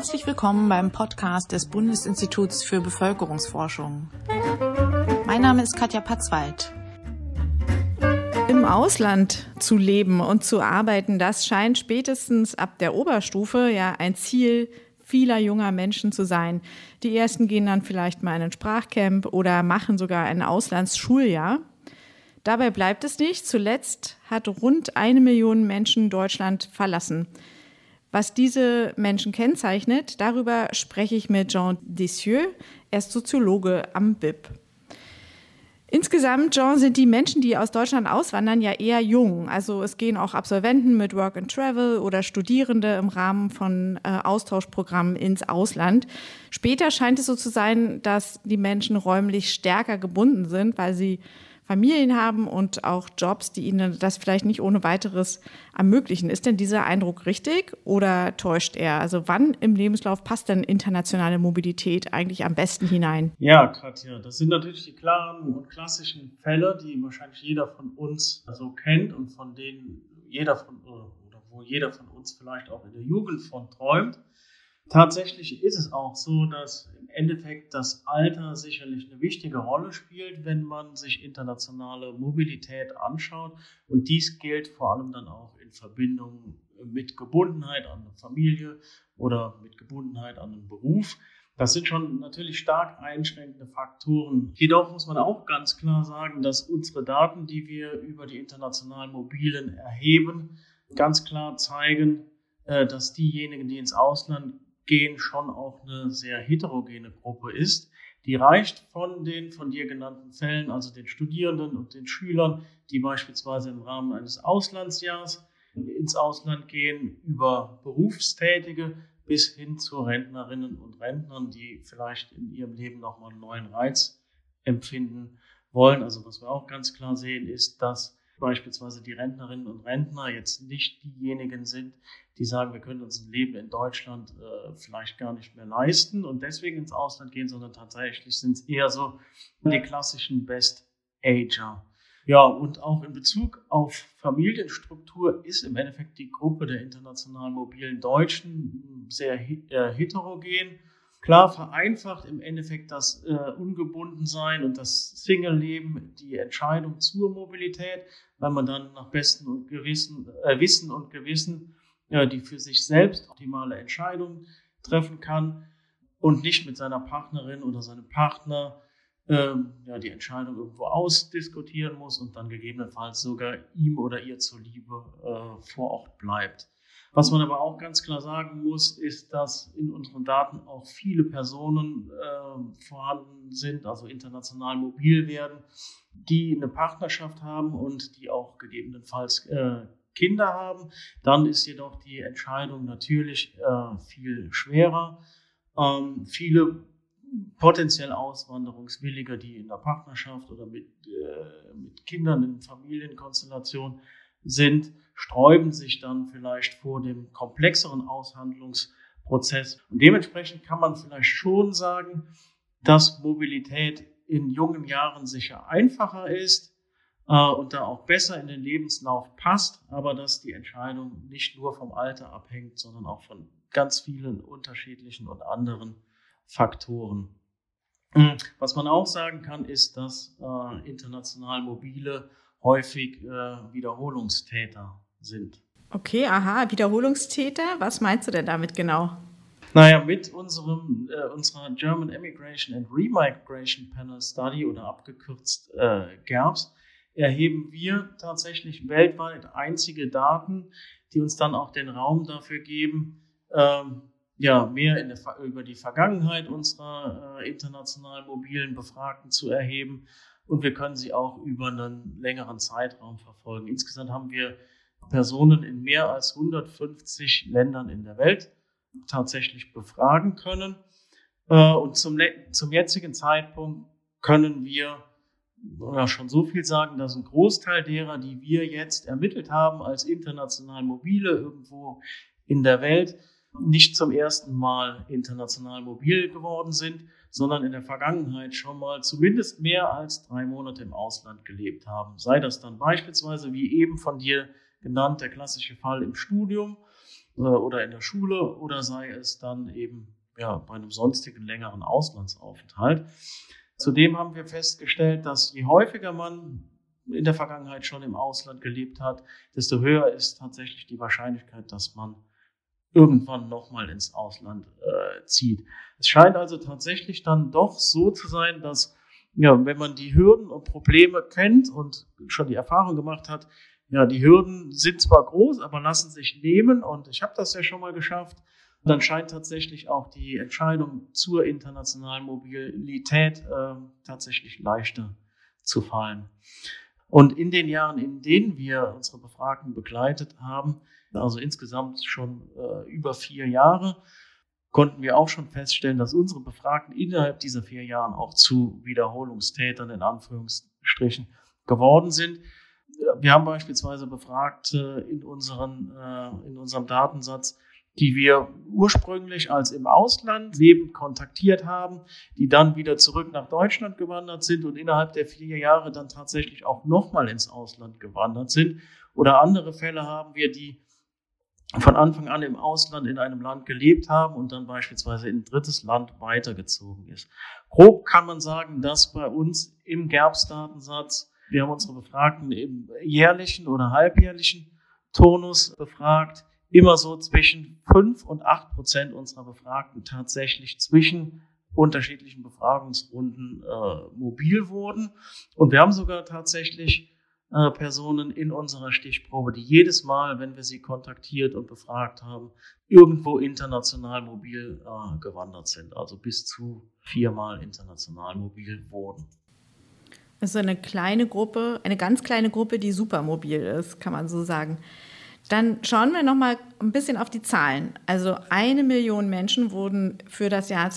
Herzlich willkommen beim Podcast des Bundesinstituts für Bevölkerungsforschung. Mein Name ist Katja Patzwald. Im Ausland zu leben und zu arbeiten, das scheint spätestens ab der Oberstufe ja ein Ziel vieler junger Menschen zu sein. Die ersten gehen dann vielleicht mal in ein Sprachcamp oder machen sogar ein Auslandsschuljahr. Dabei bleibt es nicht. Zuletzt hat rund 1 Million Menschen Deutschland verlassen. Was diese Menschen kennzeichnet, darüber spreche ich mit Jean Dessieux. Er ist Soziologe am BIP. Insgesamt, Jean, sind die Menschen, die aus Deutschland auswandern, ja eher jung. Also es gehen auch Absolventen mit Work and Travel oder Studierende im Rahmen von Austauschprogrammen ins Ausland. Später scheint es so zu sein, dass die Menschen räumlich stärker gebunden sind, weil sie Familien haben und auch Jobs, die ihnen das vielleicht nicht ohne weiteres ermöglichen. Ist denn dieser Eindruck richtig oder täuscht er? Also wann im Lebenslauf passt denn internationale Mobilität eigentlich am besten hinein? Ja, Katja, das sind natürlich die klaren und klassischen Fälle, die wahrscheinlich jeder von uns so kennt und von denen wo jeder von uns vielleicht auch in der Jugend von träumt. Tatsächlich ist es auch so, dass im Endeffekt das Alter sicherlich eine wichtige Rolle spielt, wenn man sich internationale Mobilität anschaut. Und dies gilt vor allem dann auch in Verbindung mit Gebundenheit an eine Familie oder mit Gebundenheit an einen Beruf. Das sind schon natürlich stark einschränkende Faktoren. Jedoch muss man auch ganz klar sagen, dass unsere Daten, die wir über die internationalen Mobilen erheben, ganz klar zeigen, dass diejenigen, die ins Ausland gehen, schon auch eine sehr heterogene Gruppe ist. Die reicht von den von dir genannten Fällen, also den Studierenden und den Schülern, die beispielsweise im Rahmen eines Auslandsjahres ins Ausland gehen, über Berufstätige bis hin zu Rentnerinnen und Rentnern, die vielleicht in ihrem Leben nochmal einen neuen Reiz empfinden wollen. Also was wir auch ganz klar sehen, ist, dass beispielsweise die Rentnerinnen und Rentner jetzt nicht diejenigen sind, die sagen, wir können uns ein Leben in Deutschland vielleicht gar nicht mehr leisten und deswegen ins Ausland gehen, sondern tatsächlich sind es eher so die klassischen Best-Ager. Ja, und auch in Bezug auf Familienstruktur ist im Endeffekt die Gruppe der international mobilen Deutschen sehr heterogen. Klar vereinfacht im Endeffekt das Ungebundensein und das Single-Leben die Entscheidung zur Mobilität, weil man dann nach bestem und Wissen und Gewissen die für sich selbst optimale Entscheidung treffen kann und nicht mit seiner Partnerin oder seinem Partner die Entscheidung irgendwo ausdiskutieren muss und dann gegebenenfalls sogar ihm oder ihr zuliebe vor Ort bleibt. Was man aber auch ganz klar sagen muss, ist, dass in unseren Daten auch viele Personen vorhanden sind, also international mobil werden, die eine Partnerschaft haben und die auch gegebenenfalls Kinder haben. Dann ist jedoch die Entscheidung natürlich viel schwerer. Viele potenziell Auswanderungswillige, die in der Partnerschaft oder mit Kindern in Familienkonstellation sind, sträuben sich dann vielleicht vor dem komplexeren Aushandlungsprozess. Und dementsprechend kann man vielleicht schon sagen, dass Mobilität in jungen Jahren sicher einfacher ist und da auch besser in den Lebenslauf passt, aber dass die Entscheidung nicht nur vom Alter abhängt, sondern auch von ganz vielen unterschiedlichen und anderen Faktoren. Was man auch sagen kann, ist, dass international Mobile häufig Wiederholungstäter sind. Okay, Wiederholungstäter. Was meinst du denn damit genau? Naja, mit unserer German Immigration and Remigration Panel Study oder abgekürzt GERPS erheben wir tatsächlich weltweit einzige Daten, die uns dann auch den Raum dafür geben, mehr über die Vergangenheit unserer international mobilen Befragten zu erheben. Und wir können sie auch über einen längeren Zeitraum verfolgen. Insgesamt haben wir Personen in mehr als 150 Ländern in der Welt tatsächlich befragen können. Und zum jetzigen Zeitpunkt können wir schon so viel sagen, dass ein Großteil derer, die wir jetzt ermittelt haben als international mobile irgendwo in der Welt, nicht zum ersten Mal international mobil geworden sind, sondern in der Vergangenheit schon mal zumindest mehr als 3 Monate im Ausland gelebt haben. Sei das dann beispielsweise, wie eben von dir genannt, der klassische Fall im Studium oder in der Schule oder sei es dann eben bei einem sonstigen längeren Auslandsaufenthalt. Zudem haben wir festgestellt, dass je häufiger man in der Vergangenheit schon im Ausland gelebt hat, desto höher ist tatsächlich die Wahrscheinlichkeit, dass man irgendwann nochmal ins Ausland zieht. Es scheint also tatsächlich dann doch so zu sein, dass wenn man die Hürden und Probleme kennt und schon die Erfahrung gemacht hat, die Hürden sind zwar groß, aber lassen sich nehmen und ich habe das ja schon mal geschafft. Dann scheint tatsächlich auch die Entscheidung zur internationalen Mobilität tatsächlich leichter zu fallen. Und in den Jahren, in denen wir unsere Befragten begleitet haben, also insgesamt schon über 4 Jahre, konnten wir auch schon feststellen, dass unsere Befragten innerhalb dieser 4 Jahren auch zu Wiederholungstätern in Anführungsstrichen geworden sind. Wir haben beispielsweise Befragte in unserem Datensatz, die wir ursprünglich als im Ausland lebend kontaktiert haben, die dann wieder zurück nach Deutschland gewandert sind und innerhalb der 4 Jahre dann tatsächlich auch nochmal ins Ausland gewandert sind. Oder andere Fälle haben wir, die von Anfang an im Ausland in einem Land gelebt haben und dann beispielsweise in ein drittes Land weitergezogen ist. Grob kann man sagen, dass bei uns im GERBS-Datensatz, wir haben unsere Befragten im jährlichen oder halbjährlichen Turnus befragt, immer so zwischen 5% und 8% unserer Befragten tatsächlich zwischen unterschiedlichen Befragungsrunden mobil wurden. Und wir haben sogar tatsächlich Personen in unserer Stichprobe, die jedes Mal, wenn wir sie kontaktiert und befragt haben, irgendwo international mobil gewandert sind. Also bis zu 4-mal international mobil wurden. Also eine kleine Gruppe, eine ganz kleine Gruppe, die super mobil ist, kann man so sagen. Dann schauen wir noch mal ein bisschen auf die Zahlen. Also 1 Million Menschen wurden für das Jahr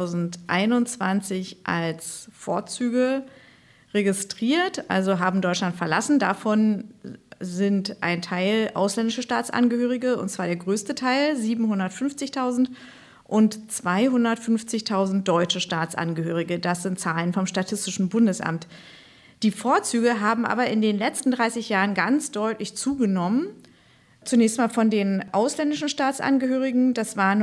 2021 als Vorzüge registriert, also haben Deutschland verlassen. Davon sind ein Teil ausländische Staatsangehörige, und zwar der größte Teil, 750.000, und 250.000 deutsche Staatsangehörige. Das sind Zahlen vom Statistischen Bundesamt. Die Vorzüge haben aber in den letzten 30 Jahren ganz deutlich zugenommen. Zunächst mal von den ausländischen Staatsangehörigen. Das war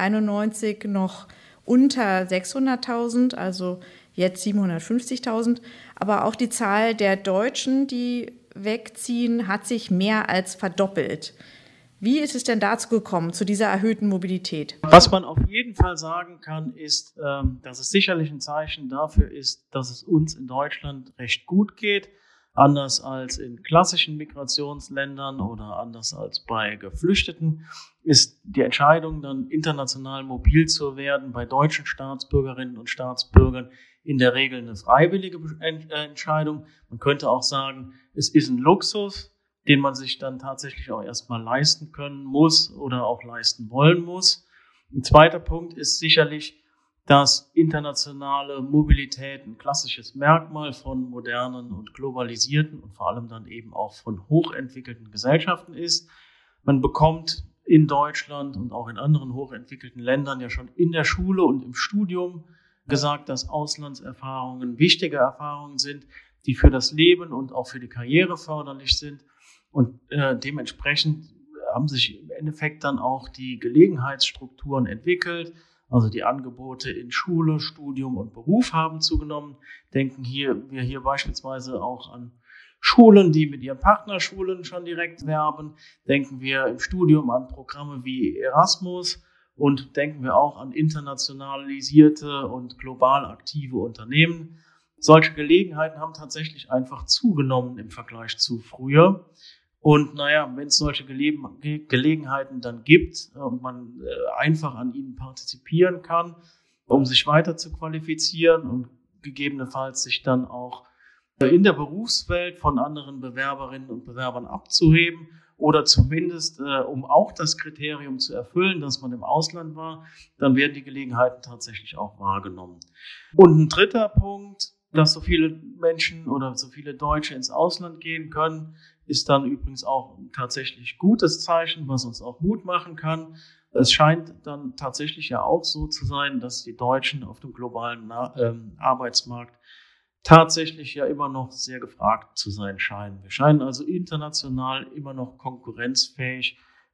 1991 noch unter 600.000, also jetzt 750.000. Aber auch die Zahl der Deutschen, die wegziehen, hat sich mehr als verdoppelt. Wie ist es denn dazu gekommen, zu dieser erhöhten Mobilität? Was man auf jeden Fall sagen kann, ist, dass es sicherlich ein Zeichen dafür ist, dass es uns in Deutschland recht gut geht. Anders als in klassischen Migrationsländern oder anders als bei Geflüchteten ist die Entscheidung, dann international mobil zu werden, bei deutschen Staatsbürgerinnen und Staatsbürgern in der Regel eine freiwillige Entscheidung. Man könnte auch sagen, es ist ein Luxus, den man sich dann tatsächlich auch erstmal leisten können muss oder auch leisten wollen muss. Ein zweiter Punkt ist sicherlich, dass internationale Mobilität ein klassisches Merkmal von modernen und globalisierten und vor allem dann eben auch von hochentwickelten Gesellschaften ist. Man bekommt in Deutschland und auch in anderen hochentwickelten Ländern ja schon in der Schule und im Studium gesagt, dass Auslandserfahrungen wichtige Erfahrungen sind, die für das Leben und auch für die Karriere förderlich sind. Und dementsprechend haben sich im Endeffekt dann auch die Gelegenheitsstrukturen entwickelt. Also die Angebote in Schule, Studium und Beruf haben zugenommen. Denken wir hier beispielsweise auch an Schulen, die mit ihren Partnerschulen schon direkt werben. Denken wir im Studium an Programme wie Erasmus und denken wir auch an internationalisierte und global aktive Unternehmen. Solche Gelegenheiten haben tatsächlich einfach zugenommen im Vergleich zu früher. Und wenn es solche Gelegenheiten dann gibt und man einfach an ihnen partizipieren kann, um sich weiter zu qualifizieren und gegebenenfalls sich dann auch in der Berufswelt von anderen Bewerberinnen und Bewerbern abzuheben oder zumindest um auch das Kriterium zu erfüllen, dass man im Ausland war, dann werden die Gelegenheiten tatsächlich auch wahrgenommen. Und ein dritter Punkt, dass so viele Menschen oder so viele Deutsche ins Ausland gehen können, ist dann übrigens auch ein tatsächlich gutes Zeichen, was uns auch Mut machen kann. Es scheint dann tatsächlich ja auch so zu sein, dass die Deutschen auf dem globalen Arbeitsmarkt tatsächlich ja immer noch sehr gefragt zu sein scheinen. Wir scheinen also international immer noch konkurrenzfähig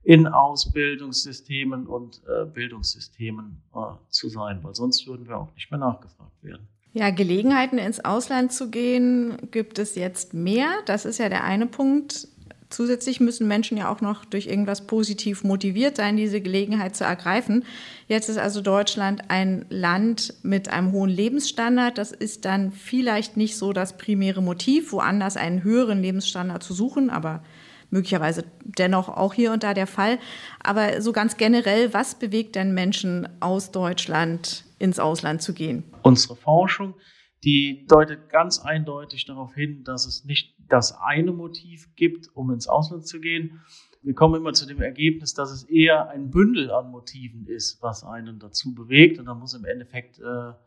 in Ausbildungssystemen und Bildungssystemen zu sein, weil sonst würden wir auch nicht mehr nachgefragt werden. Ja, Gelegenheiten ins Ausland zu gehen, gibt es jetzt mehr. Das ist ja der eine Punkt. Zusätzlich müssen Menschen ja auch noch durch irgendwas positiv motiviert sein, diese Gelegenheit zu ergreifen. Jetzt ist also Deutschland ein Land mit einem hohen Lebensstandard. Das ist dann vielleicht nicht so das primäre Motiv, woanders einen höheren Lebensstandard zu suchen, aber möglicherweise dennoch auch hier und da der Fall. Aber so ganz generell, was bewegt denn Menschen aus Deutschland ins Ausland zu gehen? Unsere Forschung, die deutet ganz eindeutig darauf hin, dass es nicht das eine Motiv gibt, um ins Ausland zu gehen. Wir kommen immer zu dem Ergebnis, dass es eher ein Bündel an Motiven ist, was einen dazu bewegt. Und da muss im Endeffekt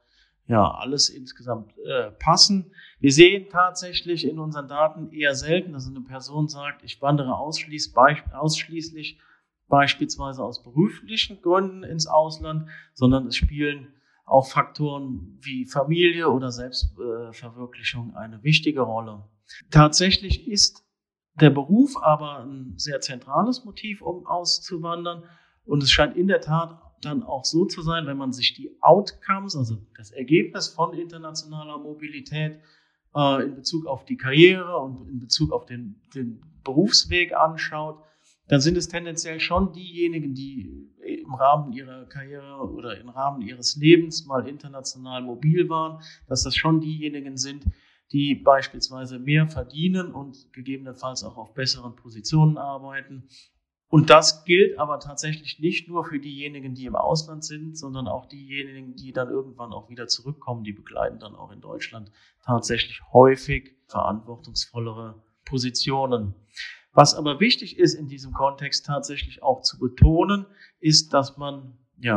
alles insgesamt passen. Wir sehen tatsächlich in unseren Daten eher selten, dass eine Person sagt, ich wandere ausschließlich beispielsweise aus beruflichen Gründen ins Ausland, sondern es spielen auch Faktoren wie Familie oder Selbstverwirklichung eine wichtige Rolle. Tatsächlich ist der Beruf aber ein sehr zentrales Motiv, um auszuwandern. Und es scheint in der Tat dann auch so zu sein, wenn man sich die Outcomes, also das Ergebnis von internationaler Mobilität in Bezug auf die Karriere und in Bezug auf den Berufsweg anschaut, dann sind es tendenziell schon diejenigen, die im Rahmen ihrer Karriere oder im Rahmen ihres Lebens mal international mobil waren, dass das schon diejenigen sind, die beispielsweise mehr verdienen und gegebenenfalls auch auf besseren Positionen arbeiten. Und das gilt aber tatsächlich nicht nur für diejenigen, die im Ausland sind, sondern auch diejenigen, die dann irgendwann auch wieder zurückkommen, die begleiten dann auch in Deutschland tatsächlich häufig verantwortungsvollere Positionen. Was aber wichtig ist in diesem Kontext tatsächlich auch zu betonen, ist, dass man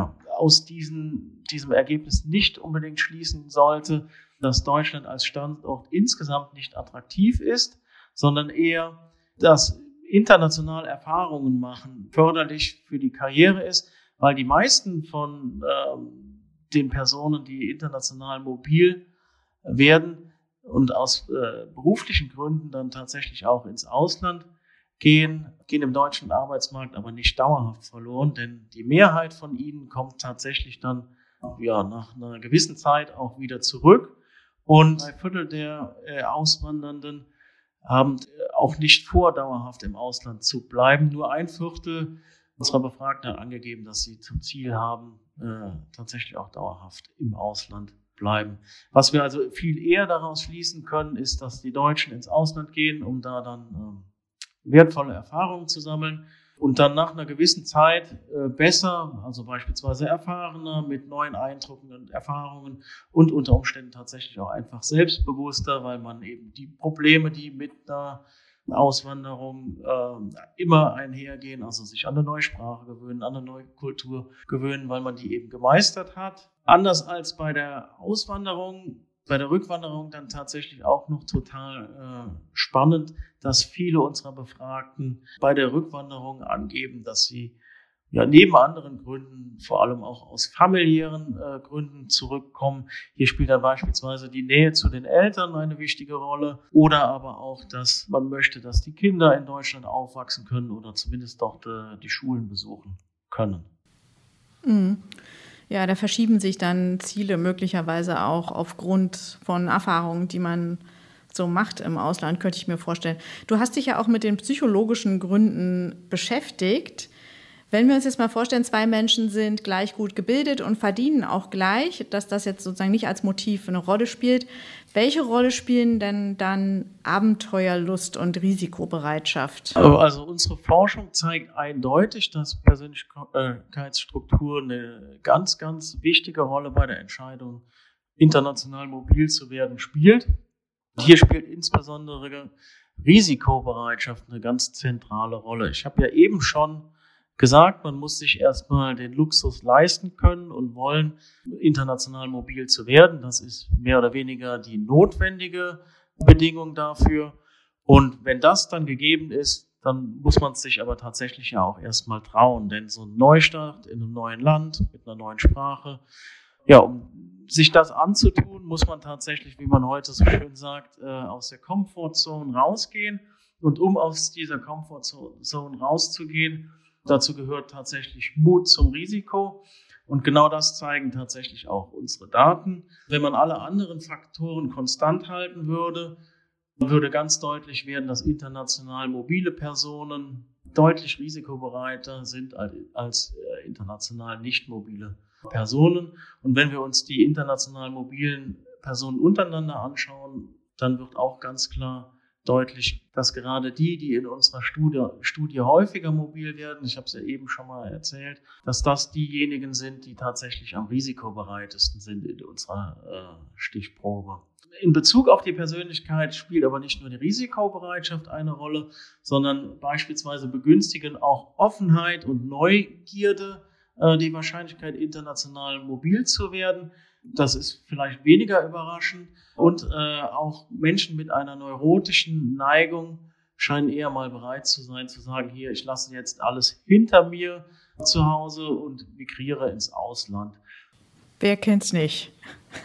aus diesem Ergebnis nicht unbedingt schließen sollte, dass Deutschland als Standort insgesamt nicht attraktiv ist, sondern eher, dass international Erfahrungen machen förderlich für die Karriere ist, weil die meisten von den Personen, die international mobil werden und aus beruflichen Gründen dann tatsächlich auch ins Ausland gehen im deutschen Arbeitsmarkt aber nicht dauerhaft verloren, denn die Mehrheit von ihnen kommt tatsächlich dann nach einer gewissen Zeit auch wieder zurück. Und 3/4 der Auswandernden haben auch nicht vor, dauerhaft im Ausland zu bleiben. Nur 1/4 unserer Befragten hat angegeben, dass sie zum Ziel haben, tatsächlich auch dauerhaft im Ausland bleiben. Was wir also viel eher daraus schließen können, ist, dass die Deutschen ins Ausland gehen, um da dann wertvolle Erfahrungen zu sammeln und dann nach einer gewissen Zeit besser, also beispielsweise erfahrener, mit neuen Eindrücken und Erfahrungen und unter Umständen tatsächlich auch einfach selbstbewusster, weil man eben die Probleme, die mit einer Auswanderung immer einhergehen, also sich an eine neue Sprache gewöhnen, an eine neue Kultur gewöhnen, weil man die eben gemeistert hat. Anders als bei der Auswanderung, bei der Rückwanderung dann tatsächlich auch noch total spannend, dass viele unserer Befragten bei der Rückwanderung angeben, dass sie neben anderen Gründen, vor allem auch aus familiären Gründen zurückkommen. Hier spielt dann beispielsweise die Nähe zu den Eltern eine wichtige Rolle oder aber auch, dass man möchte, dass die Kinder in Deutschland aufwachsen können oder zumindest dort die Schulen besuchen können. Mhm. Ja, da verschieben sich dann Ziele möglicherweise auch aufgrund von Erfahrungen, die man so macht im Ausland, könnte ich mir vorstellen. Du hast dich ja auch mit den psychologischen Gründen beschäftigt. Wenn wir uns jetzt mal vorstellen, 2 Menschen sind gleich gut gebildet und verdienen auch gleich, dass das jetzt sozusagen nicht als Motiv eine Rolle spielt. Welche Rolle spielen denn dann Abenteuerlust und Risikobereitschaft? Also unsere Forschung zeigt eindeutig, dass Persönlichkeitsstruktur eine ganz, ganz wichtige Rolle bei der Entscheidung, international mobil zu werden, spielt. Hier spielt insbesondere Risikobereitschaft eine ganz zentrale Rolle. Ich habe ja eben schon gesagt, man muss sich erstmal den Luxus leisten können und wollen, international mobil zu werden. Das ist mehr oder weniger die notwendige Bedingung dafür. Und wenn das dann gegeben ist, dann muss man es sich aber tatsächlich ja auch erstmal trauen. Denn so ein Neustart in einem neuen Land mit einer neuen Sprache, um sich das anzutun, muss man tatsächlich, wie man heute so schön sagt, aus der Comfortzone rausgehen. Und um aus dieser Comfortzone rauszugehen, Dazu gehört tatsächlich Mut zum Risiko. Und genau das zeigen tatsächlich auch unsere Daten. Wenn man alle anderen Faktoren konstant halten würde, würde ganz deutlich werden, dass international mobile Personen deutlich risikobereiter sind als international nicht mobile Personen. Und wenn wir uns die international mobilen Personen untereinander anschauen, dann wird auch ganz klar deutlich, dass gerade die in unserer Studie häufiger mobil werden, ich habe es ja eben schon mal erzählt, dass das diejenigen sind, die tatsächlich am risikobereitesten sind in unserer Stichprobe. In Bezug auf die Persönlichkeit spielt aber nicht nur die Risikobereitschaft eine Rolle, sondern beispielsweise begünstigen auch Offenheit und Neugierde die Wahrscheinlichkeit, international mobil zu werden. Das ist vielleicht weniger überraschend. Und auch Menschen mit einer neurotischen Neigung scheinen eher mal bereit zu sein, zu sagen, hier, ich lasse jetzt alles hinter mir zu Hause und migriere ins Ausland. Wer kennt's nicht?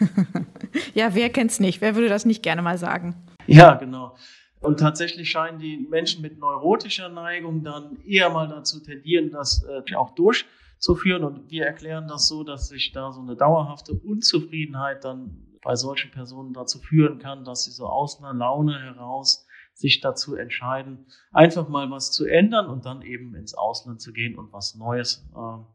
Ja, wer kennt's nicht? Wer würde das nicht gerne mal sagen? Ja, genau. Und tatsächlich scheinen die Menschen mit neurotischer Neigung dann eher mal dazu tendieren, das auch durchzuführen. Und wir erklären das so, dass sich da so eine dauerhafte Unzufriedenheit dann bei solchen Personen dazu führen kann, dass sie so aus einer Laune heraus sich dazu entscheiden, einfach mal was zu ändern und dann eben ins Ausland zu gehen und was Neues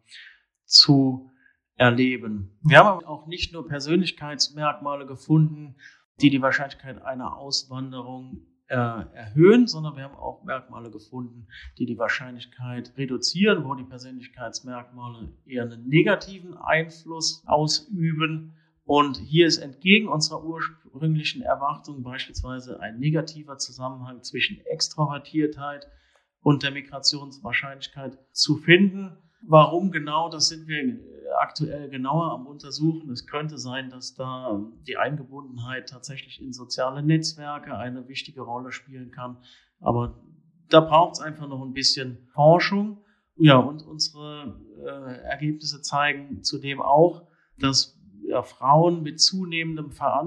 zu erleben. Wir haben auch nicht nur Persönlichkeitsmerkmale gefunden, die die Wahrscheinlichkeit einer Auswanderung erhöhen, sondern wir haben auch Merkmale gefunden, die die Wahrscheinlichkeit reduzieren, wo die Persönlichkeitsmerkmale eher einen negativen Einfluss ausüben. Und hier ist entgegen unserer ursprünglichen Erwartung beispielsweise ein negativer Zusammenhang zwischen Extrovertiertheit und der Migrationswahrscheinlichkeit zu finden. Warum genau, das sind wir aktuell genauer am Untersuchen. Es könnte sein, dass da die Eingebundenheit tatsächlich in soziale Netzwerke eine wichtige Rolle spielen kann. Aber da braucht es einfach noch ein bisschen Forschung. Ja, und unsere Ergebnisse zeigen zudem auch, dass bei Frauen mit zunehmendem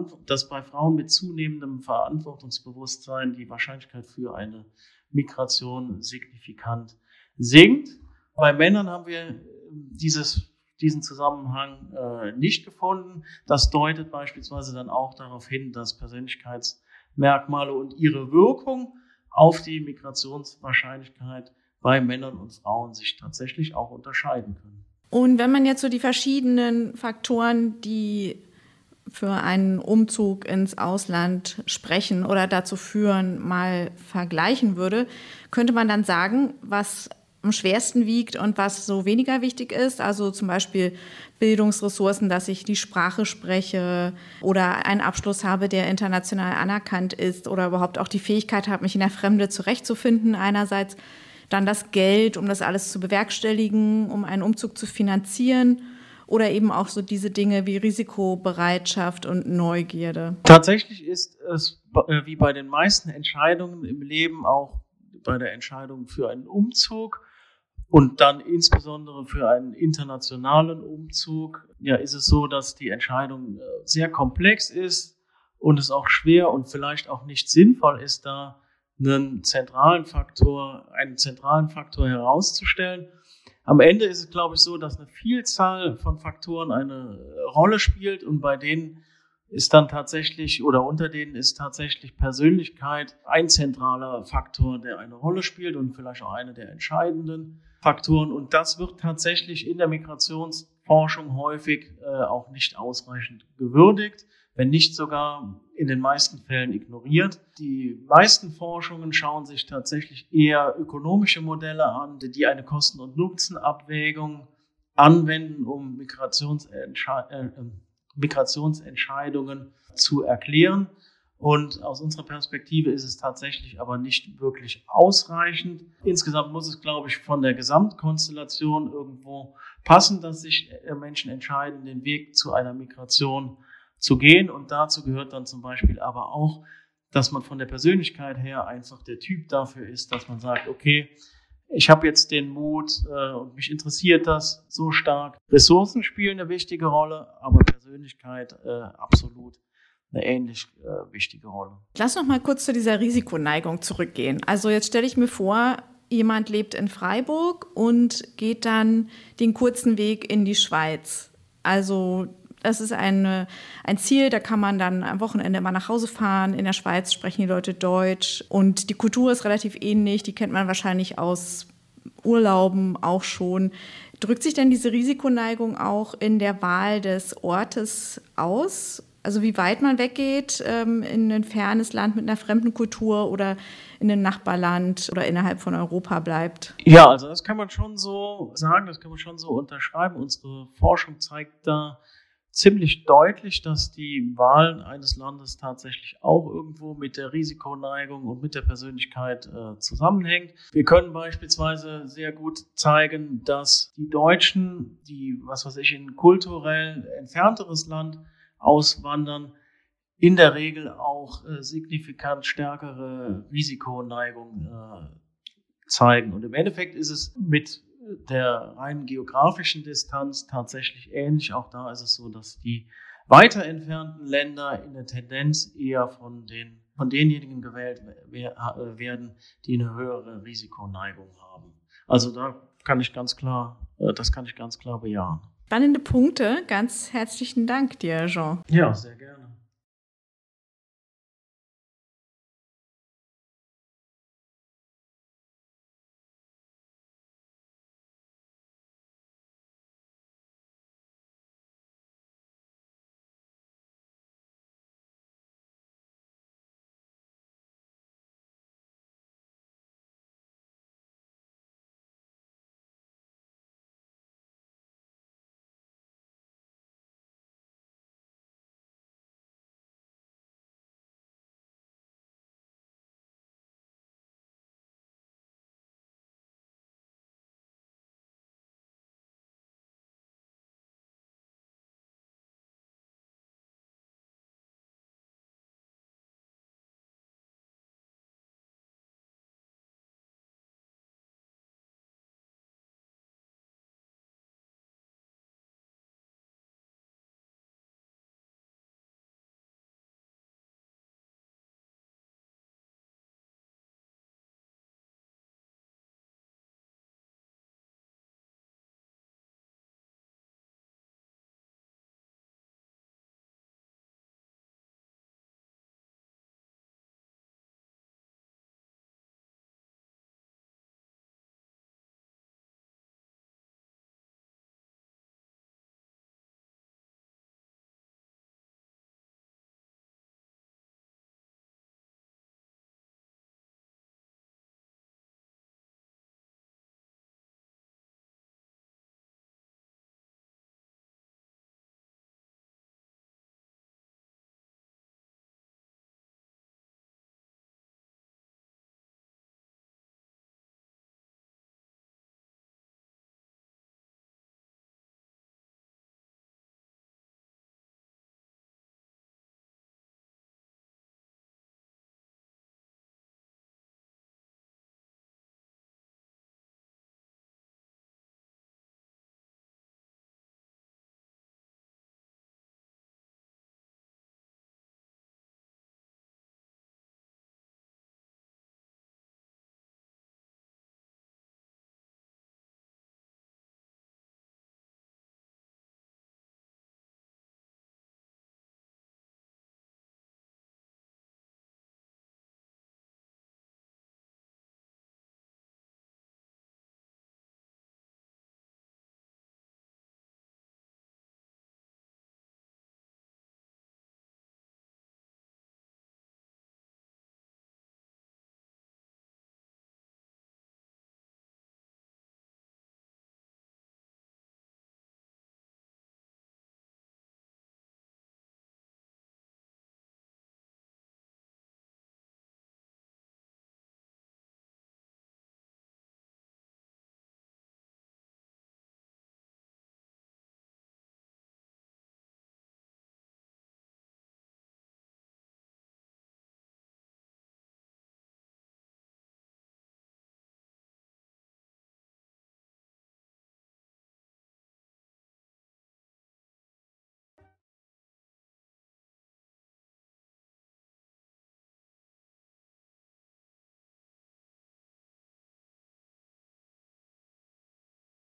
Verantwortungsbewusstsein die Wahrscheinlichkeit für eine Migration signifikant sinkt. Bei Männern haben wir diesen Zusammenhang nicht gefunden. Das deutet beispielsweise dann auch darauf hin, dass Persönlichkeitsmerkmale und ihre Wirkung auf die Migrationswahrscheinlichkeit bei Männern und Frauen sich tatsächlich auch unterscheiden können. Und wenn man jetzt so die verschiedenen Faktoren, die für einen Umzug ins Ausland sprechen oder dazu führen, mal vergleichen würde, könnte man dann sagen, was am schwersten wiegt und was so weniger wichtig ist, also zum Beispiel Bildungsressourcen, dass ich die Sprache spreche oder einen Abschluss habe, der international anerkannt ist oder überhaupt auch die Fähigkeit habe, mich in der Fremde zurechtzufinden einerseits, dann das Geld, um das alles zu bewerkstelligen, um einen Umzug zu finanzieren oder eben auch so diese Dinge wie Risikobereitschaft und Neugierde. Tatsächlich ist es wie bei den meisten Entscheidungen im Leben auch bei der Entscheidung für einen Umzug und dann insbesondere für einen internationalen Umzug, ja, ist es so, dass die Entscheidung sehr komplex ist und es auch schwer und vielleicht auch nicht sinnvoll ist, da einen zentralen Faktor herauszustellen. Am Ende ist es, glaube ich, so, dass eine Vielzahl von Faktoren eine Rolle spielt und bei denen ist dann tatsächlich oder unter denen ist tatsächlich Persönlichkeit ein zentraler Faktor, der eine Rolle spielt und vielleicht auch einer der entscheidenden Faktoren. Und das wird tatsächlich in der Migrationsforschung häufig auch nicht ausreichend gewürdigt, wenn nicht sogar in den meisten Fällen ignoriert. Die meisten Forschungen schauen sich tatsächlich eher ökonomische Modelle an, die eine Kosten- und Nutzenabwägung anwenden, um Migrationsentscheidungen zu erklären. Und aus unserer Perspektive ist es tatsächlich aber nicht wirklich ausreichend. Insgesamt muss es, glaube ich, von der Gesamtkonstellation irgendwo passen, dass sich Menschen entscheiden, den Weg zu einer Migration zu gehen. Und dazu gehört dann zum Beispiel aber auch, dass man von der Persönlichkeit her einfach der Typ dafür ist, dass man sagt, okay, ich habe jetzt den Mut und mich interessiert das so stark. Ressourcen spielen eine wichtige Rolle, aber Persönlichkeit absolut eine ähnlich wichtige Rolle. Lass noch mal kurz zu dieser Risikoneigung zurückgehen. Also jetzt stelle ich mir vor, jemand lebt in Freiburg und geht dann den kurzen Weg in die Schweiz. Also das ist ein Ziel, da kann man dann am Wochenende mal nach Hause fahren. In der Schweiz sprechen die Leute Deutsch und die Kultur ist relativ ähnlich. Die kennt man wahrscheinlich aus Urlauben auch schon. Drückt sich denn diese Risikoneigung auch in der Wahl des Ortes aus? Also wie weit man weggeht in ein fernes Land mit einer fremden Kultur oder in ein Nachbarland oder innerhalb von Europa bleibt? Ja, also das kann man schon so sagen, das kann man schon so unterschreiben. Unsere Forschung zeigt da ziemlich deutlich, dass die Wahl eines Landes tatsächlich auch irgendwo mit der Risikoneigung und mit der Persönlichkeit zusammenhängt. Wir können beispielsweise sehr gut zeigen, dass die Deutschen, die, in ein kulturell entfernteres Land auswandern, in der Regel auch signifikant stärkere Risikoneigung zeigen. Und im Endeffekt ist es mit der rein geografischen Distanz tatsächlich ähnlich. Auch da ist es so, dass die weiter entfernten Länder in der Tendenz eher von denjenigen gewählt werden, die eine höhere Risikoneigung haben. Also das kann ich ganz klar bejahen. Spannende Punkte. Ganz herzlichen Dank dir, Jean. Ja, sehr gerne.